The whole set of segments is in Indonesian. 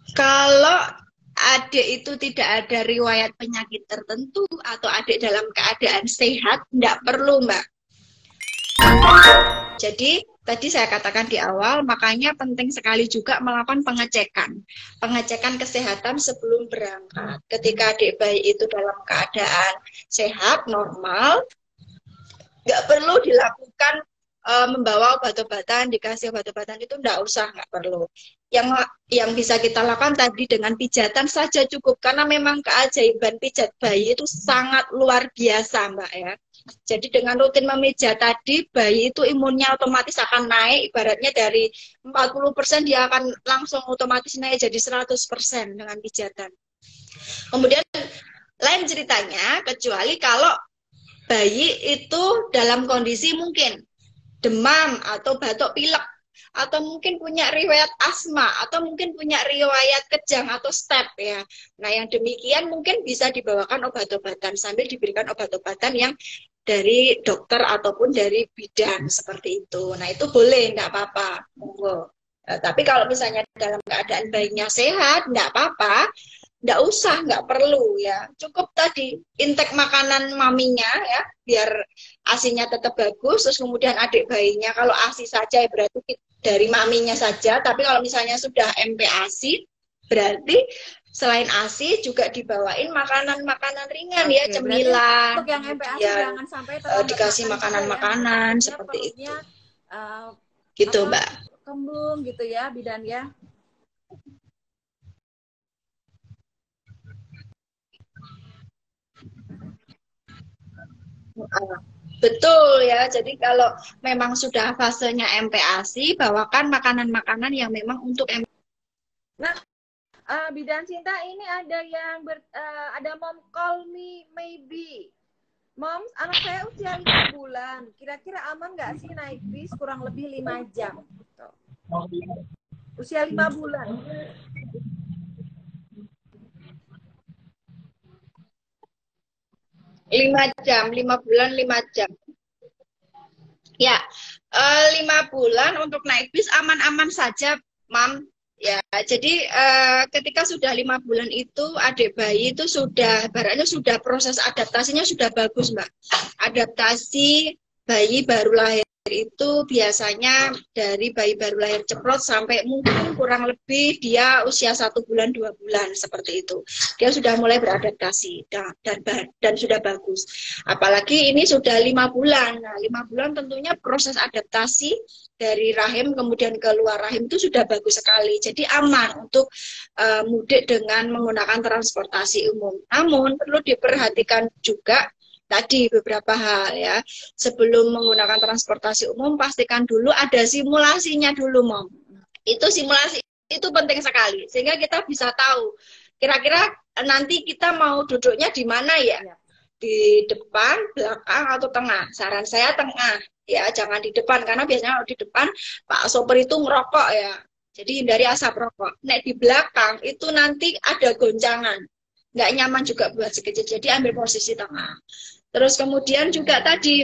Kalau adik itu tidak ada riwayat penyakit tertentu atau adik dalam keadaan sehat, tidak perlu, Mbak. Jadi, tadi saya katakan di awal, makanya penting sekali juga melakukan pengecekan. Pengecekan kesehatan sebelum berangkat. Ketika adik bayi itu dalam keadaan sehat, normal, nggak perlu dilakukan membawa obat-obatan, dikasih obat-obatan itu nggak perlu. Yang bisa kita lakukan tadi dengan pijatan saja cukup, karena memang keajaiban pijat bayi itu sangat luar biasa, Mbak ya. Jadi dengan rutin memijat tadi, bayi itu imunnya otomatis akan naik, ibaratnya dari 40% dia akan langsung otomatis naik jadi 100% dengan pijatan. Kemudian lain ceritanya, kecuali kalau bayi itu dalam kondisi mungkin demam atau batuk pilek, atau mungkin punya riwayat asma, atau mungkin punya riwayat kejang atau step ya. Nah yang demikian mungkin bisa dibawakan obat-obatan sambil diberikan obat-obatan yang dari dokter ataupun dari bidan seperti itu. Nah itu boleh, enggak apa-apa, monggo. Nah, tapi kalau misalnya dalam keadaan bayinya sehat, enggak apa-apa, nggak usah, nggak perlu ya. Cukup tadi intake makanan maminya ya, biar asinya tetap bagus. Terus kemudian adik bayinya kalau asi saja ya berarti dari maminya saja. Tapi kalau misalnya sudah MPASI, berarti selain ASI juga dibawain makanan-makanan ringan ya, cemilan. Untuk yang MPASI jangan sampai dikasih makanan-makanan seperti itu. Gitu, Mbak. Kembung gitu ya, bidan ya. Betul ya, jadi kalau memang sudah fasenya MPASI, bawakan makanan-makanan yang memang untuk MPASI. Nah, bidan Cinta ini ada yang ada mom call me maybe. Mom, anak saya usia 5 bulan. Kira-kira aman nggak sih naik bis kurang lebih 5 jam? Tuh. Usia 5 bulan. 5 jam, 5 bulan, 5 jam. Ya, 5 bulan untuk naik bis aman-aman saja, Mam. Ya, jadi ketika sudah 5 bulan itu adik bayi itu sudah, baratnya sudah proses adaptasinya sudah bagus, Mbak. Adaptasi bayi baru lahir itu biasanya dari bayi baru lahir ceprot sampai mungkin kurang lebih dia usia 1 bulan 2 bulan seperti itu. Dia sudah mulai beradaptasi dan sudah bagus. Apalagi ini sudah 5 bulan. Nah, 5 bulan tentunya proses adaptasi dari rahim kemudian ke luar rahim itu sudah bagus sekali. Jadi aman untuk mudik dengan menggunakan transportasi umum. Namun perlu diperhatikan juga tadi beberapa hal ya. Sebelum menggunakan transportasi umum pastikan dulu ada simulasinya dulu, Mom. Itu simulasi itu penting sekali sehingga kita bisa tahu kira-kira nanti kita mau duduknya di mana ya. Di depan, belakang atau tengah. Saran saya tengah ya, jangan di depan karena biasanya kalau di depan Pak sopir itu ngerokok ya. Jadi hindari asap rokok. Nek di belakang itu nanti ada goncangan. Nggak nyaman juga buat si kecil. Jadi ambil posisi tengah. Terus kemudian juga tadi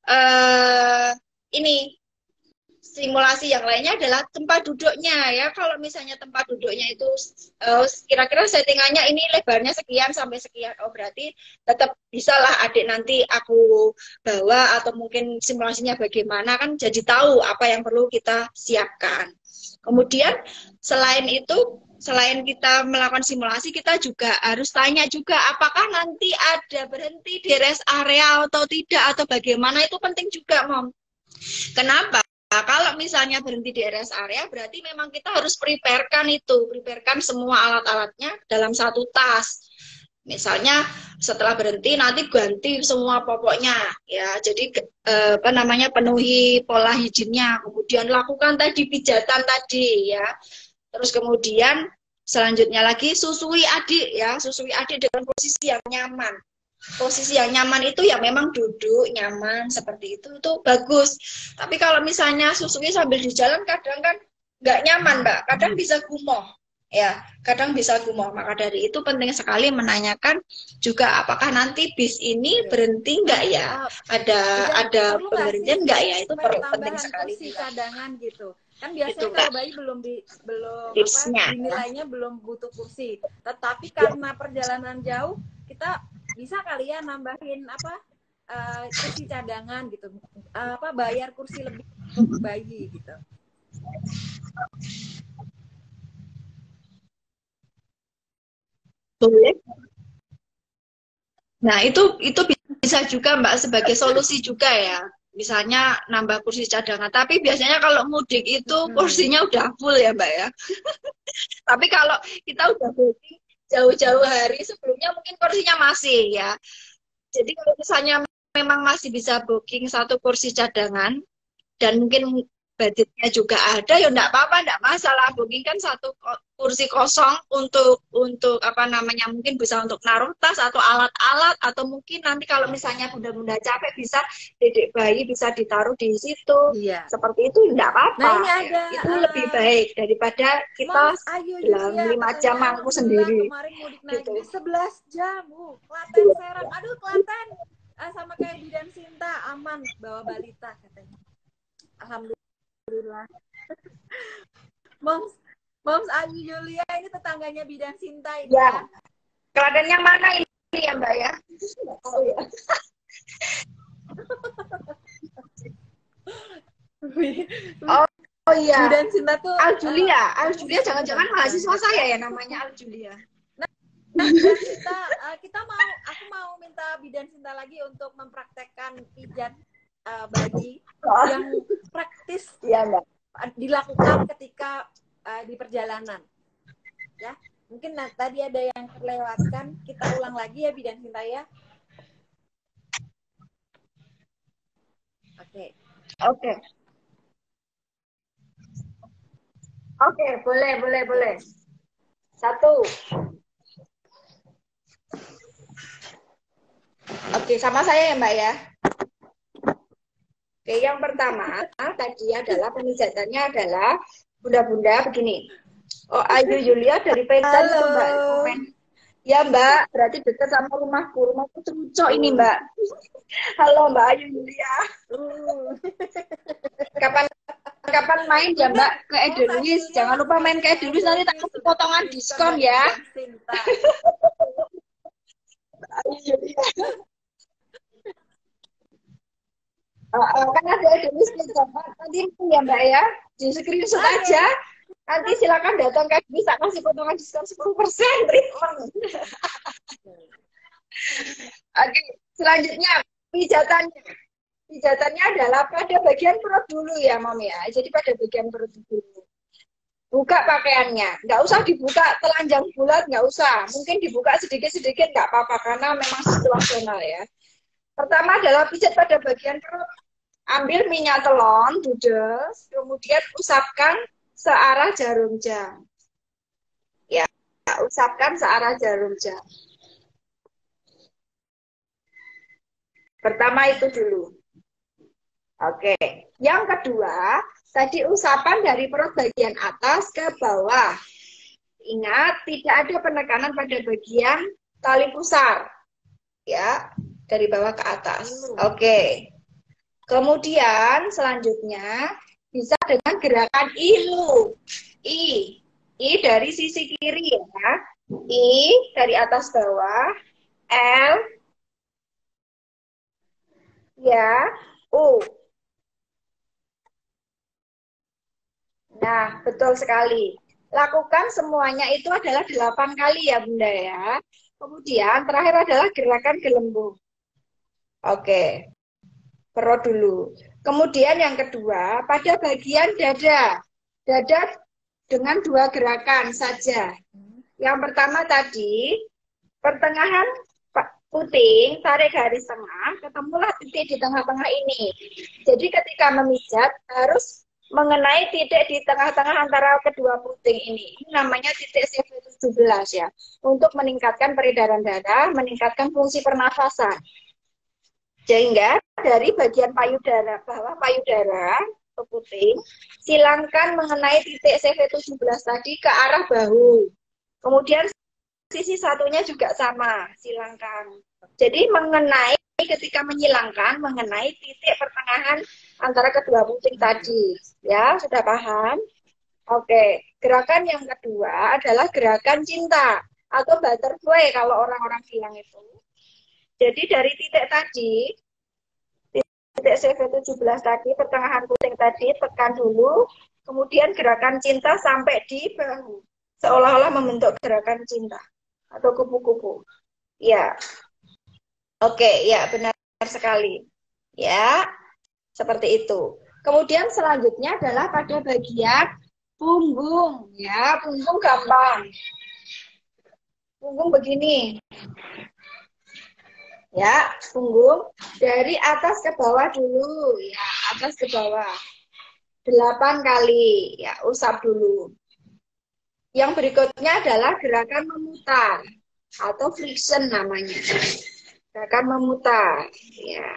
ini simulasi yang lainnya adalah tempat duduknya ya. Kalau misalnya tempat duduknya itu kira-kira settingannya ini lebarnya sekian sampai sekian. Oh berarti tetap bisalah adik nanti aku bawa atau mungkin simulasinya bagaimana kan jadi tahu apa yang perlu kita siapkan. Kemudian selain itu selain kita melakukan simulasi, kita juga harus tanya juga apakah nanti ada berhenti di rest area atau tidak, atau bagaimana, itu penting juga, Mom. Kenapa? Kalau misalnya berhenti di rest area, berarti memang kita harus preparekan semua alat-alatnya dalam satu tas. Misalnya setelah berhenti nanti ganti semua popoknya ya. Jadi penuhi pola higienisnya, kemudian lakukan tadi pijatan tadi ya. Terus kemudian selanjutnya lagi susui adik ya, susui adik dengan posisi yang nyaman. Posisi yang nyaman itu ya memang duduk nyaman seperti itu bagus. Tapi kalau misalnya susui sambil di jalan kadang kan nggak nyaman, Mbak. Kadang bisa gumoh. Ya, kadang bisa gumoh. Maka dari itu penting sekali menanyakan juga apakah nanti bis ini berhenti nggak ya? Ada pemberhentian nggak ya? Itu perlu penting sekali. Cadangan gitu. Kan Gitu, biasanya Mbak. kalau bayi belum Tipsnya. dinilainya belum butuh kursi. Tetapi karena perjalanan jauh, kita bisa kali ya nambahin kursi cadangan gitu. Bayar kursi lebih untuk bayi gitu. Boleh. Nah, itu bisa juga Mbak sebagai solusi juga ya. Misalnya nambah kursi cadangan. Tapi biasanya kalau mudik itu kursinya udah full ya Mbak ya. Tapi kalau kita udah booking jauh-jauh hari sebelumnya mungkin kursinya masih ya. Jadi kalau misalnya memang masih bisa booking satu kursi cadangan dan mungkin budgetnya juga ada, ya enggak apa-apa, enggak masalah. Booking kan satu kursi kosong untuk apa namanya, mungkin bisa untuk naruh tas atau alat-alat, atau mungkin nanti kalau misalnya bunda-bunda capek bisa dedek bayi bisa ditaruh di situ. Iya. Seperti itu enggak Nah, apa-apa. ini ada Itu lebih baik daripada kita Moms Ayu dalam Yulia 5 jam katanya, mangku alhamdulillah sendiri. kemarin mudik naik Gitu. bis 11 jam. Klaten Serang. Aduh, Klaten. Sama kayak Bidan Sinta, aman bawa balita katanya. Alhamdulillah. Moms Ayu Yulia ini tetangganya Bidan Sinta ini Ya. ya. Klatennya mana ini ya Mbak ya? Nggak tahu ya. Oh iya. Bidan Sinta tuh Al Julia jangan-jangan mahasiswa saya ya namanya Al Julia. Bidan Sinta, aku mau minta Bidan Sinta lagi untuk mempraktekkan pijat bayi yang praktis Iya Mbak. dilakukan ketika di perjalanan. Ya, mungkin tadi ada yang terlewatkan, kita ulang lagi ya Bidan Sinta ya. Oke. Oke, boleh. Satu. Oke, sama saya ya Mbak ya. Oke, yang pertama tadi adalah pemijatannya adalah bunda-bunda begini. Oh, Ayu Yulia dari Pentan itu Mbak. Komen. Ya Mbak, berarti dekat sama rumahku. Rumahku Terucok ini Mbak. Halo Mbak Ayu Yulia. Kapan main ya Mbak ke Edelweiss? Jangan lupa main ke Edelweiss, nanti tak kasih potongan diskon ya. Kan ada Edelweiss nanti ya Mbak ya, di screenshot aja. Nanti silakan datang ke Edelweiss, tak kasih potongan diskon 10% treatment. Oke, selanjutnya pijatannya. Pijatannya adalah pada bagian perut dulu ya, Mom ya. Jadi pada bagian perut dulu. Buka pakaiannya. Nggak usah dibuka telanjang bulat, nggak usah. Mungkin dibuka sedikit-sedikit nggak apa-apa, karena memang situasional ya. Pertama adalah pijat pada bagian perut. Ambil minyak telon, budes, kemudian usapkan searah jarum jam. Ya, usapkan searah jarum jam. Pertama itu dulu. Oke, yang kedua, tadi usapan dari perut bagian atas ke bawah. Ingat, tidak ada penekanan pada bagian tali pusar. Ya, dari bawah ke atas. Oke. Kemudian, selanjutnya, bisa dengan gerakan ilu. I dari sisi kiri ya. I dari atas bawah. L. Ya. U. Nah, betul sekali. Lakukan semuanya itu adalah 8 kali ya, Bunda ya. Kemudian, terakhir adalah gerakan gelembung. Oke. Perut dulu. Kemudian yang kedua, pada bagian dada. Dada dengan 2 gerakan saja. Yang pertama tadi, pertengahan puting, tarik garis tengah, ketemulah titik di tengah-tengah ini. Jadi ketika memijat, harus mengenai titik di tengah-tengah antara kedua puting ini. Ini namanya titik CV17 ya. Untuk meningkatkan peredaran darah, meningkatkan fungsi pernafasan. Sehingga dari bagian payudara, bawah payudara ke puting, silangkan mengenai titik CV17 tadi ke arah bahu. Kemudian sisi satunya juga sama, silangkan. Jadi mengenai, ketika menyilangkan, mengenai titik pertengahan antara kedua puting tadi. Ya, sudah paham? Oke, gerakan yang kedua adalah gerakan cinta atau butterfly kalau orang-orang bilang itu. Jadi dari titik tadi, titik CV17 tadi, pertengahan puting tadi, tekan dulu, kemudian gerakan cinta sampai di bahu. Seolah-olah membentuk gerakan cinta atau kupu-kupu. Ya, oke, ya benar sekali. Ya, seperti itu. Kemudian selanjutnya adalah pada bagian punggung. Ya, punggung gampang. Punggung begini. Ya, punggung dari atas ke bawah dulu. Ya, atas ke bawah. 8 kali. Ya, usap dulu. Yang berikutnya adalah gerakan memutar atau friction namanya. Gerakan memutar. Ya.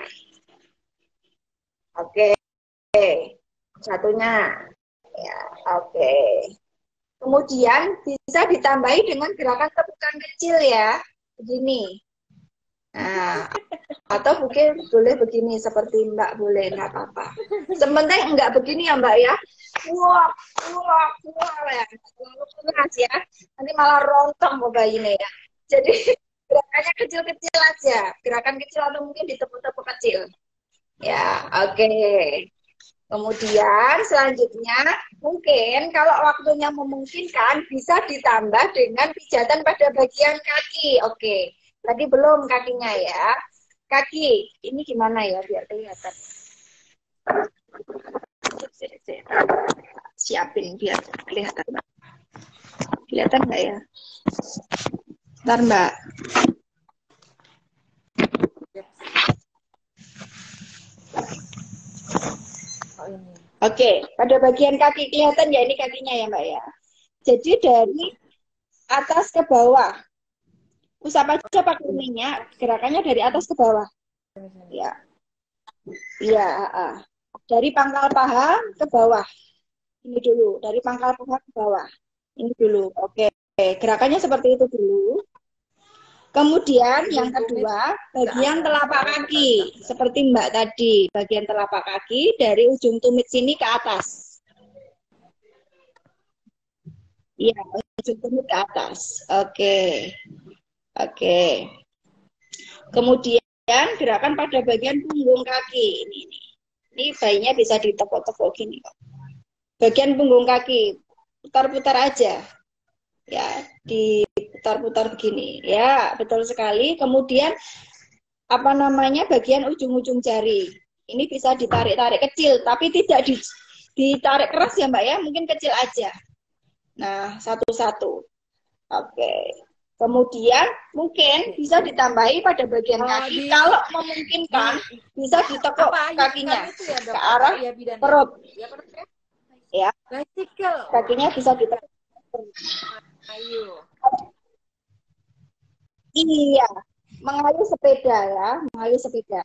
Oke. Satunya. Ya, oke. Kemudian bisa ditambahi dengan gerakan tepukan kecil ya. Begini. Nah, atau mungkin boleh begini seperti Mbak, boleh nggak apa-apa. Sementing enggak begini ya Mbak ya. Wah, wah, wah ya. Terlalu keras ya. Nanti malah rontok mau bayinya ya. Jadi gerakannya kecil-kecil aja. Gerakan kecil atau mungkin ditepuk-tepuk kecil. Ya, oke. Kemudian selanjutnya mungkin kalau waktunya memungkinkan bisa ditambah dengan pijatan pada bagian kaki. Oke, tadi belum kakinya ya. Kaki, ini gimana ya biar kelihatan. Siapin biar kelihatan. Kelihatan nggak ya? Bentar Mbak. Oke, pada bagian kaki kelihatan ya ini kakinya ya Mbak ya. Jadi dari atas ke bawah. Usap aja pakai minyak, gerakannya dari atas ke bawah. Ya. Iya, dari pangkal paha ke bawah. Ini dulu, dari pangkal paha ke bawah. Ini dulu. Oke, gerakannya seperti itu dulu. Kemudian yang kedua, bagian telapak kaki. Seperti Mbak tadi, bagian telapak kaki dari ujung tumit sini ke atas. Iya, ujung tumit ke atas. Oke. Oke. Kemudian gerakan pada bagian punggung kaki. Ini bayinya bisa ditepuk-tepuk gini kok. Bagian punggung kaki, putar-putar aja. Ya, diputar-putar begini. Ya, betul sekali. Kemudian apa namanya bagian ujung-ujung jari. Ini bisa ditarik-tarik kecil, tapi tidak ditarik keras ya Mbak ya, mungkin kecil aja. Nah, satu-satu. Oke. Kemudian mungkin bisa ditambahi pada bagian kaki. Kalau memungkinkan, bisa ditekuk kakinya ke arah perut. Ya, kakinya bisa ditekuk. Iya, mengayuh sepeda ya, mengayuh sepeda.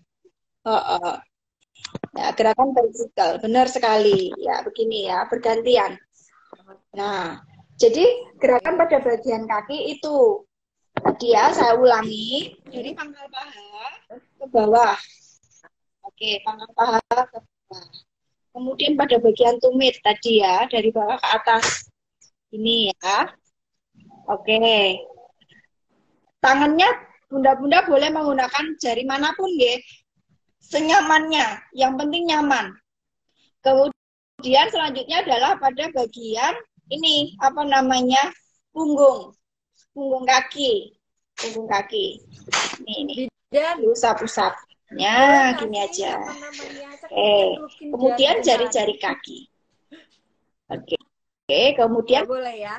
Ya, gerakan bicycle, benar sekali. Ya, begini ya, bergantian. Nah, jadi gerakan pada bagian kaki itu tadi ya saya ulangi dari pangkal paha ke bawah. Oke, pangkal paha ke bawah. Kemudian pada bagian tumit tadi ya, dari bawah ke atas. Ini ya. Oke. Tangannya bunda-bunda boleh menggunakan jari manapun ya. Senyamannya, yang penting nyaman. Kemudian selanjutnya adalah pada bagian ini, apa namanya? Punggung kaki. Punggung kaki. Ini. Usap-usap. Ya, gini aja. Oke. Kemudian jari-jari kaki. Oke. Oke, kemudian boleh ya.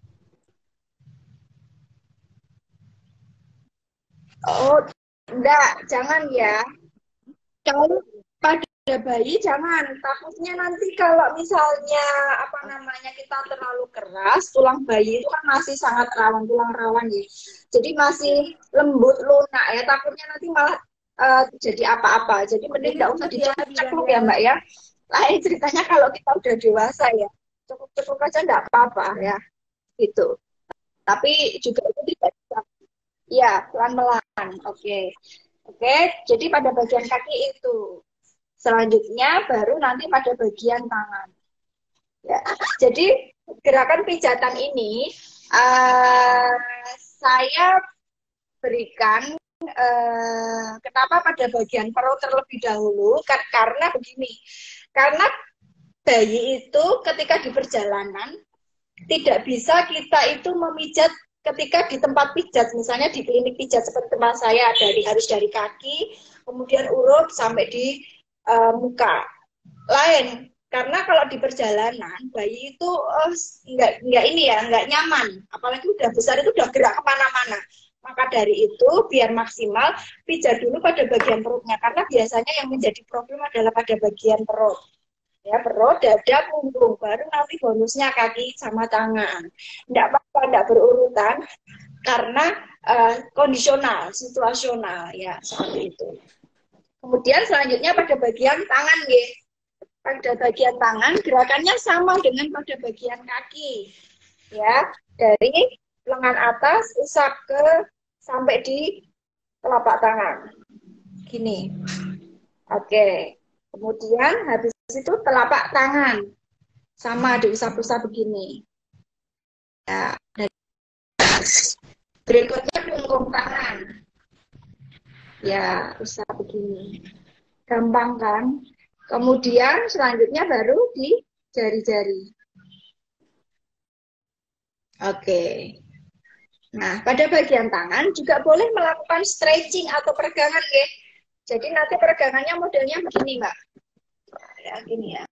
Oh, enggak, jangan ya. Kalau pada bayi jangan, takutnya nanti kalau misalnya apa namanya kita terlalu keras, tulang bayi itu kan masih sangat rawan, tulang rawan ya. Jadi masih lembut, lunak ya, takutnya nanti malah jadi apa-apa. Jadi mending enggak usah dicekuk ya Mbak ya. Lain ceritanya kalau kita udah dewasa ya, cukup-cukup aja enggak apa-apa ya, gitu. Tapi juga itu tidak bisa. Ya, pelan-pelan. Oke. Oke, jadi pada bagian kaki itu. Selanjutnya baru nanti pada bagian tangan. Ya. Jadi gerakan pijatan ini saya berikan kenapa pada bagian perut terlebih dahulu? Karena begini, karena bayi itu ketika di perjalanan tidak bisa kita itu memijat ketika di tempat pijat, misalnya di klinik pijat seperti tempat saya harus dari kaki, kemudian urut sampai di muka. Lain, karena kalau di perjalanan bayi itu nggak nyaman, apalagi udah besar itu udah gerak kemana-mana. Maka dari itu biar maksimal pijat dulu pada bagian perutnya, karena biasanya yang menjadi problem adalah pada bagian perut. Ya, perut, dada, punggung, baru nanti bonusnya kaki sama tangan. Nggak apa-apa, nggak berurutan, karena kondisional, situasional, ya seperti itu. Kemudian selanjutnya pada bagian tangan, ya. Pada bagian tangan gerakannya sama dengan pada bagian kaki, ya, dari lengan atas usap ke sampai di telapak tangan, gini. Oke, kemudian habis itu telapak tangan sama diusap-usap begini. Ya, berikutnya punggung tangan. Ya, usap begini. Gampang kan? Kemudian selanjutnya baru di jari-jari. Oke. Nah, pada bagian tangan juga boleh melakukan stretching atau peregangan, ya. Jadi nanti peregangannya modelnya begini, Mbak. Ya, gini ya.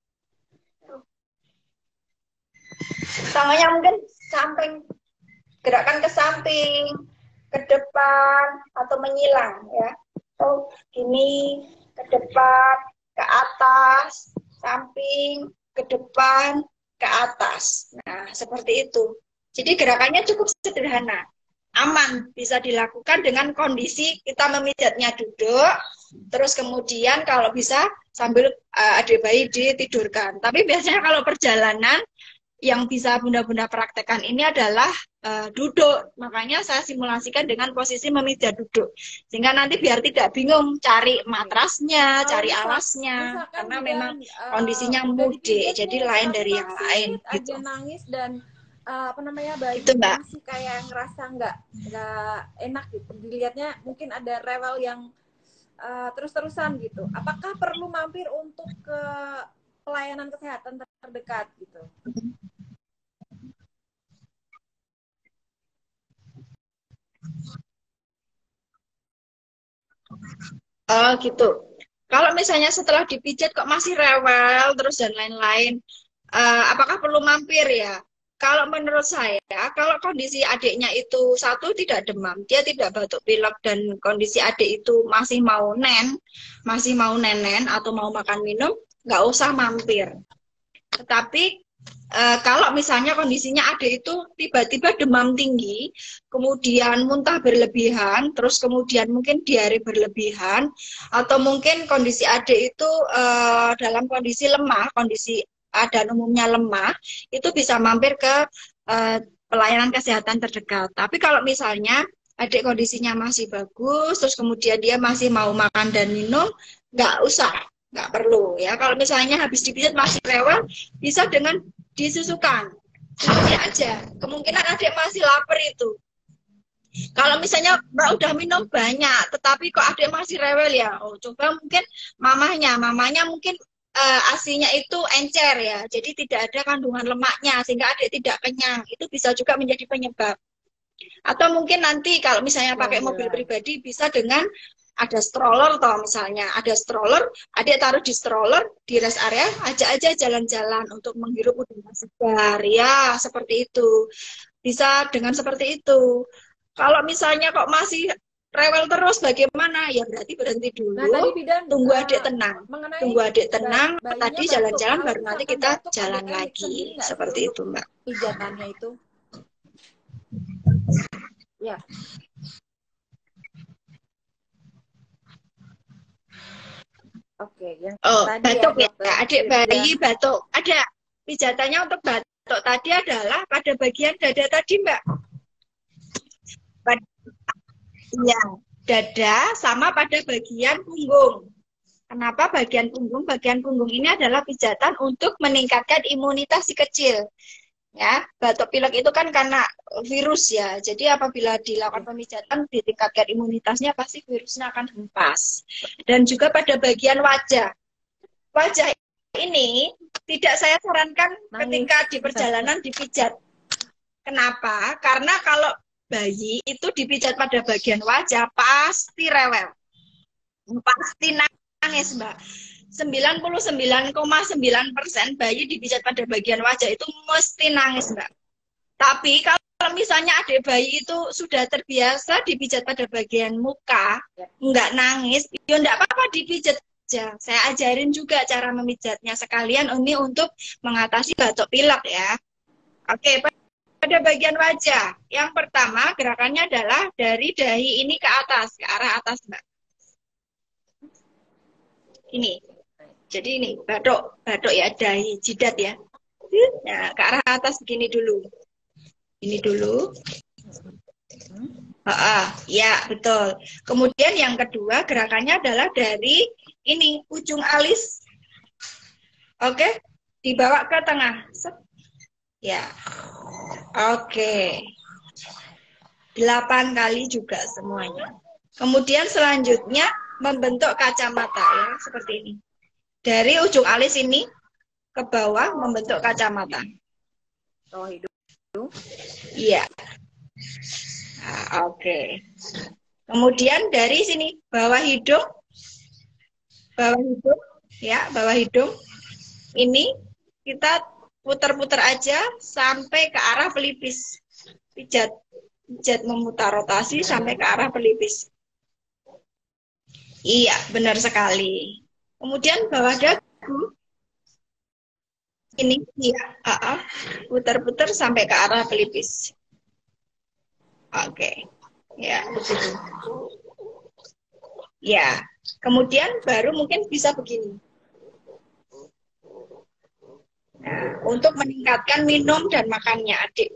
Tangannya mungkin samping, gerakan ke samping, ke depan, atau menyilang, ya. Atau gini, ke depan, ke atas, samping, ke depan, ke atas. Nah, seperti itu. Jadi gerakannya cukup sederhana, aman, bisa dilakukan dengan kondisi kita memijatnya duduk, terus kemudian kalau bisa sambil adik bayi ditidurkan. Tapi biasanya kalau perjalanan yang bisa bunda-bunda praktekkan ini adalah duduk. Makanya saya simulasikan dengan posisi memijat duduk. Sehingga nanti biar tidak bingung cari matrasnya, cari alasnya. Karena memang kondisinya mudik, jadi lain dari yang lain. Gitu. Nangis dan bayi itu, Mbak, masih kayak ngerasa nggak enak gitu. Dilihatnya mungkin ada rewel yang terus-terusan gitu. Apakah perlu mampir untuk ke pelayanan kesehatan terdekat gitu? Oh gitu. Kalau misalnya setelah dipijat kok masih rewel terus dan lain-lain, apakah perlu mampir ya? Kalau menurut saya, kalau kondisi adiknya itu satu tidak demam, dia tidak batuk pilek dan kondisi adik itu masih mau nenen atau mau makan minum, nggak usah mampir. Tetapi kalau misalnya kondisinya adik itu tiba-tiba demam tinggi, kemudian muntah berlebihan, terus kemudian mungkin diare berlebihan, atau mungkin kondisi adik itu dalam kondisi lemah, kondisi keadaan umumnya lemah, itu bisa mampir ke pelayanan kesehatan terdekat. Tapi kalau misalnya adik kondisinya masih bagus, terus kemudian dia masih mau makan dan minum, nggak usah. Nggak perlu ya. Kalau misalnya habis dipijat masih rewel, bisa dengan disusukan. Susunya aja. Kemungkinan adik masih lapar itu. Kalau misalnya Mbak udah minum banyak, tetapi kok adik masih rewel ya, coba mungkin mamanya mungkin asinya itu encer ya, jadi tidak ada kandungan lemaknya sehingga adik tidak kenyang. Itu bisa juga menjadi penyebab. Atau mungkin nanti kalau misalnya pakai mobil pribadi bisa dengan ada stroller toh misalnya, ada stroller, adik taruh di stroller di rest area, ajak aja jalan-jalan untuk menghirup udara segar, ya seperti itu. Bisa dengan seperti itu. Kalau misalnya kok masih rewel terus bagaimana? Ya berarti berhenti dulu, tunggu adik tenang. Tunggu adik tenang, tadi jalan-jalan baru nanti kita jalan lagi. Seperti itu, Mbak. Pijatannya itu. Ya. Oke, yang batuk ya, adik bayi batuk. Ada pijatannya untuk batuk tadi adalah pada bagian dada tadi, Mbak. Iya, dada sama pada bagian punggung. Kenapa bagian punggung? Bagian punggung ini adalah pijatan untuk meningkatkan imunitas si kecil. Ya, batuk pilek itu kan karena virus ya. Jadi apabila dilakukan pemijatan ditingkatkan imunitasnya pasti virusnya akan hempas. Dan juga pada bagian wajah. Wajah ini tidak saya sarankan ketika di perjalanan dipijat. Kenapa? Karena kalau bayi itu dipijat pada bagian wajah pasti rewel. Pasti nangis, Mbak. 99,9% bayi dipijat pada bagian wajah itu mesti nangis, Mbak. Tapi kalau misalnya adik bayi itu sudah terbiasa dipijat pada bagian muka, nggak nangis, ya nggak apa-apa dipijat aja. Saya ajarin juga cara memijatnya sekalian ini untuk mengatasi batuk pilek ya. Oke, pada bagian wajah. Yang pertama gerakannya adalah dari dahi ini ke atas, ke arah atas, Mbak. Ini. Jadi ini batuk ya, dahi, jidat ya. Nah, ke arah atas begini dulu. Ini dulu. Ya, betul. Kemudian yang kedua gerakannya adalah dari ini, ujung alis. Oke, dibawa ke tengah. Ya. Oke. 8 kali juga semuanya. Kemudian selanjutnya membentuk kacamata ya, seperti ini. Dari ujung alis ini ke bawah membentuk kacamata. Oh, hidung. Iya. Nah, oke. Kemudian dari sini bawah hidung ya, bawah hidung. Ini kita putar-putar aja sampai ke arah pelipis. Pijat memutar rotasi sampai ke arah pelipis. Iya, benar sekali. Kemudian bawah dagu. Ini ya, putar-putar sampai ke arah pelipis. Oke. Ya, begitu. Ya. Kemudian baru mungkin bisa begini. Nah, untuk meningkatkan minum dan makannya adik.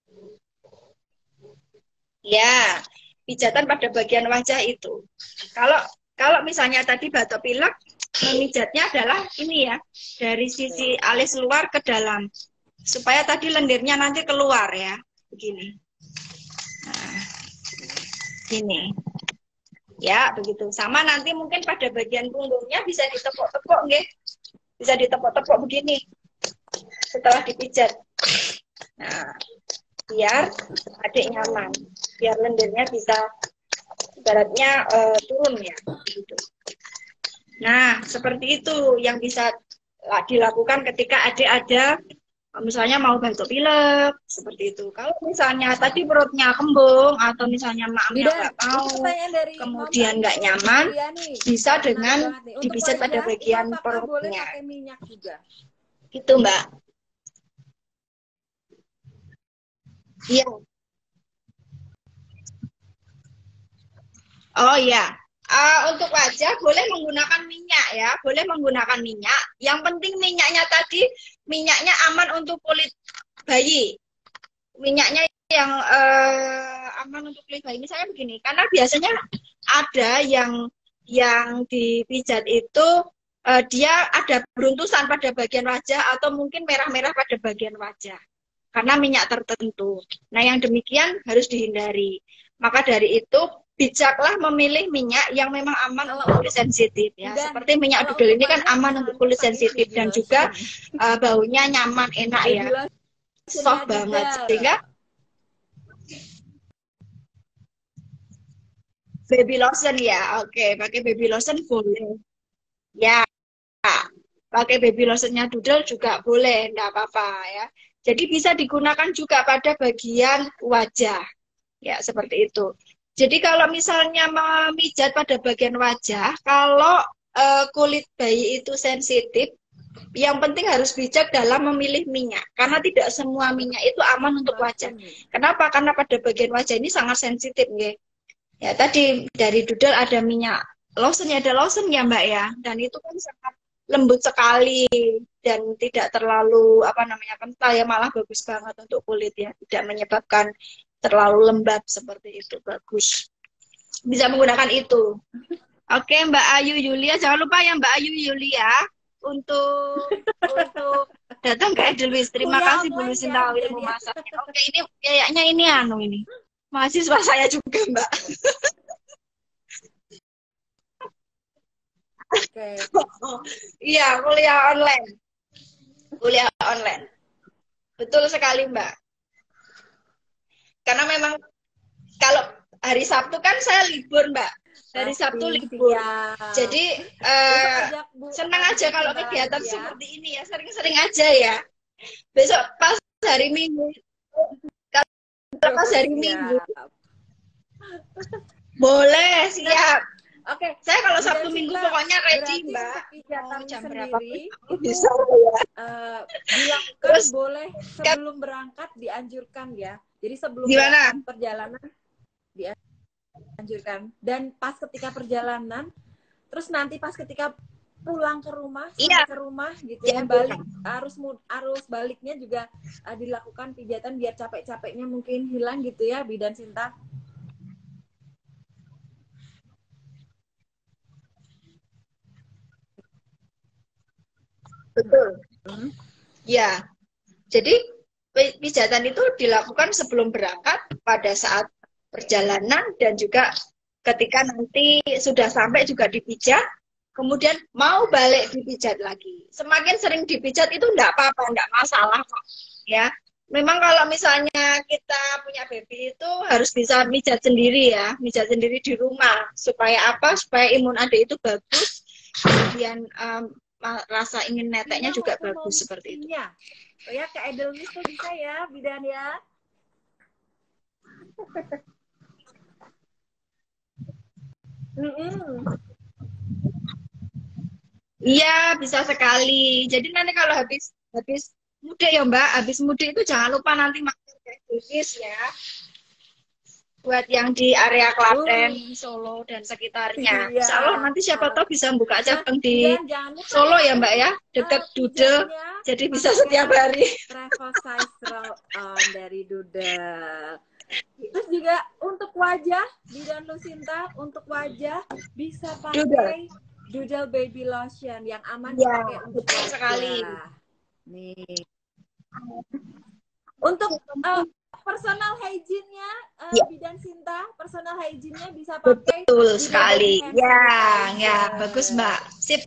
Ya, pijatan pada bagian wajah itu. Kalau misalnya tadi batuk pilek, memijatnya adalah ini ya, dari sisi alis luar ke dalam. Supaya tadi lendirnya nanti keluar ya, begini. Nah, gini. Ya, begitu. Sama nanti mungkin pada bagian punggungnya bisa ditepuk-tepuk, nggih. Bisa ditepuk-tepuk begini. Setelah dipijat. Nah, biar adik nyaman. Biar lendirnya bisa ibaratnya turun ya, gitu. Nah, seperti itu yang bisa dilakukan ketika adik ada misalnya mau batuk pilek, seperti itu. Kalau misalnya tadi perutnya kembung atau misalnya maknya nggak mau, kemudian nggak nyaman, bisa dengan dipijat pada bagian perutnya. Gitu, Mbak. Iya. Oh iya, untuk wajah boleh menggunakan minyak ya, boleh menggunakan minyak. Yang penting minyaknya tadi, minyaknya aman untuk kulit bayi. Minyaknya yang aman untuk kulit bayi. Misalnya begini, karena biasanya ada yang dipijat itu dia ada beruntusan pada bagian wajah atau mungkin merah-merah pada bagian wajah. Karena minyak tertentu. Nah, yang demikian harus dihindari. Maka dari itu bijaklah memilih minyak yang memang aman untuk kulit sensitif ya. Seperti minyak dudel ini kan aman untuk kulit sensitif dan juga baunya nyaman, enak ya. Soft banget sehingga baby lotion ya. Oke, pakai baby lotion boleh. Ya, pakai baby lotionnya dudel juga boleh, enggak apa-apa ya. Jadi bisa digunakan juga pada bagian wajah. Ya, seperti itu. Jadi kalau misalnya memijat pada bagian wajah, kalau kulit bayi itu sensitif, yang penting harus bijak dalam memilih minyak. Karena tidak semua minyak itu aman untuk wajah. Kenapa? Karena pada bagian wajah ini sangat sensitif. Ya, ya tadi dari dudel ada minyak lotionnya, ada lotionnya Mbak ya. Dan itu kan sangat lembut sekali dan tidak terlalu kental ya, malah bagus banget untuk kulit ya. Tidak menyebabkan terlalu lembab seperti itu, bagus. Bisa menggunakan itu. Oke, Mbak Ayu Yulia, jangan lupa ya Mbak Ayu Yulia untuk datang ke Edelweiss. Terima Kuliah kasih Bu online ya, Lucinta Bidan ilmu ya. masaknya. Oke, ini kayaknya ini ini. Mahasiswa saya juga, Mbak. Oke. Iya, kuliah online. Kuliah online. Betul sekali, Mbak. Karena memang kalau hari Sabtu kan saya libur, Mbak. Hari Sabtu libur. Siap. Jadi senang aja kalau kegiatan ya. seperti ini ya. Sering-sering aja ya. Besok pas hari Minggu. Kalau pas hari Minggu. Nah, Boleh, siap. Oke, saya kalau Sabtu Minggu pokoknya ready, Mbak. Mau jam sendiri, berapa? Bisa ya. Dilakukan Terus, boleh sebelum berangkat dianjurkan ya. Jadi sebelum gimana? Perjalanan dianjurkan. Dan pas ketika perjalanan, terus nanti pas ketika pulang ke rumah, sampai ke rumah gitu ya, balik arus baliknya juga dilakukan pijatan biar capek-capeknya mungkin hilang gitu ya, Bidan Sinta. Betul. Ya, jadi pijatan itu dilakukan sebelum berangkat, pada saat perjalanan, dan juga ketika nanti sudah sampai juga dipijat, kemudian mau balik dipijat lagi. Semakin sering dipijat itu enggak apa-apa, enggak masalah kok. Ya, memang kalau misalnya kita punya baby itu harus bisa mijat sendiri ya, mijat sendiri di rumah. Supaya apa? Supaya imun adik itu bagus, kemudian rasa ingin neteknya juga bagus seperti itu. Oh ya, ke Edelweiss tuh bisa ya, Bidan ya. Iya, bisa sekali. Jadi nanti kalau habis mudik ya Mbak, habis mudik itu jangan lupa nanti makan ke Edelweiss ya. Buat yang di area Klaten, Solo, dan sekitarnya. Insya Allah nanti siapa tahu bisa buka cabang di Solo ya Mbak ya, dekat Dude. Jadi bisa setiap hari. Travel size roll on dari Dude. Terus juga untuk wajah, Bidan Lucinta, untuk wajah bisa pakai Doodle Baby Lotion yang aman dipakai untuk wajah. Sekali. Nih. Untuk personal hygiene-nya, Bidan Sinta, personal hygiene-nya bisa pakai. Betul sekali. Ya, bagus Mbak. Sip.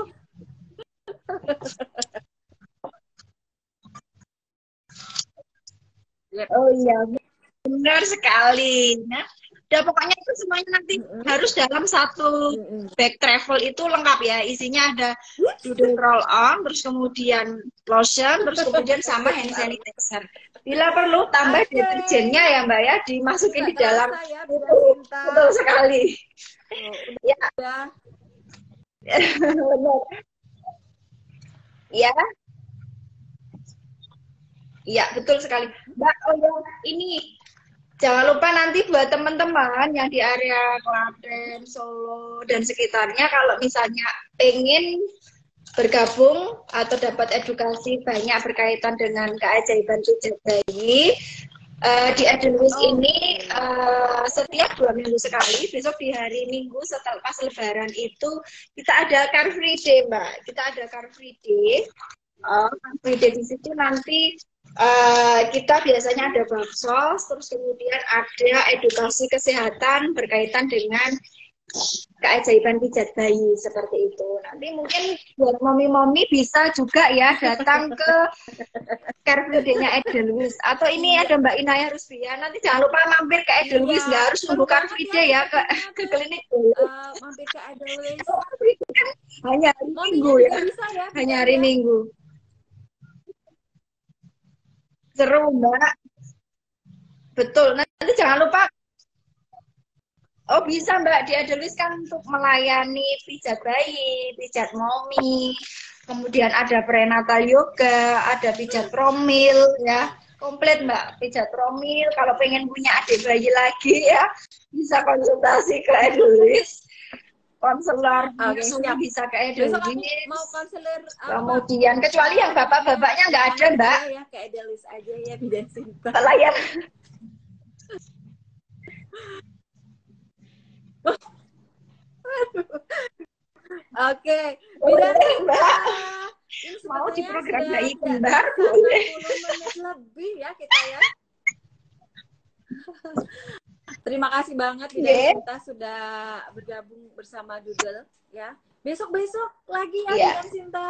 Oh iya, benar sekali. Nah, udah pokoknya itu semuanya nanti harus dalam satu bag travel itu lengkap ya. Isinya ada doodle roll on, terus kemudian lotion, terus kemudian sama hand sanitizer. Bila perlu tambah deterjennya ya Mbak ya, dimasukin di dalam. Ya, betul sekali. Ya. Ya. Iya, betul sekali. Mbak, ini jangan lupa nanti buat teman-teman yang di area Klaten, Solo, dan sekitarnya, kalau misalnya pengen bergabung atau dapat edukasi banyak berkaitan dengan keajaiban pijat bayi, di Edelweiss ini setiap 2 minggu sekali, besok di hari Minggu setelah pas Lebaran itu, kita ada Car Free Day, Mbak. Kita ada Car Free Day. Car Free Day di situ nanti kita biasanya ada baksos, terus kemudian ada edukasi kesehatan berkaitan dengan keajaiban pijat bayi seperti itu. Nanti mungkin buat momi-momi bisa juga ya datang ke Care Free Day-nya Edelweiss. Atau ini ada Mbak Inaya Rusbia, nanti jangan lupa mampir ke Edelweiss, nggak harus nunggu Care Free Day ya ke klinik dulu. Mampir ke Edelweiss. Hanya hari Minggu ya. Hanya hari Minggu. Seru Mbak. Betul. Nanti jangan lupa. Oh bisa Mbak, di Edelweiss kan untuk melayani pijat bayi, pijat momi, kemudian ada prenatal yoga, ada pijat promil ya, komplit Mbak, pijat promil. Kalau pengen punya adik bayi lagi ya, bisa konsultasi ke Edelweiss. Konselor bisa ke Edelweiss. Mau konselor kemudian kecuali yang bapak-bapaknya nggak ada Mbak. Ya ke Edelweiss aja ya, Bidan Sinta. Pelayan. Oke, Boleh, Bidan Cinta. Mbak. Ini Mau di sepertinya program sudah bayi tidak kembar, terasa boleh. 60 menit lebih ya kita ya. Terima kasih banget Bidan Nggih. Cinta sudah bergabung bersama Doodle ya. Besok-besok lagi ya Iya. Bidan Cinta.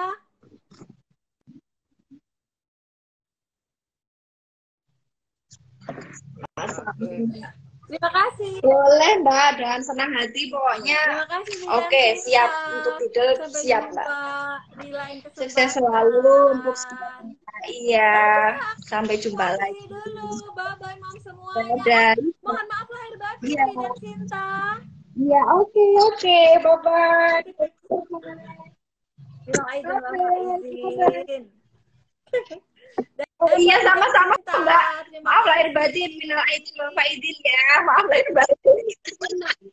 Oke. Terima kasih. Boleh Mbak, dengan senang hati pokoknya. Terima kasih Bidan Oke, Cinta. siap untuk duduk, Sampai siap Mbak. jumpa di lain Sukses kesempatan. selalu untuk semuanya. Iya, sampai jumpa Akhiri lagi. dulu. Bye-bye Mam semuanya. Dadah. Mohon maaf lahir batin Iya, Bidan Cinta. iya, oke, oke, bye-bye. Bilang Aidin, Bang Bye-bye. Faizin. Oh iya, sama-sama Mbak. Terima Maaf lahir kasih. batin, minal aidin wal faizin ya. Maaf lahir batin.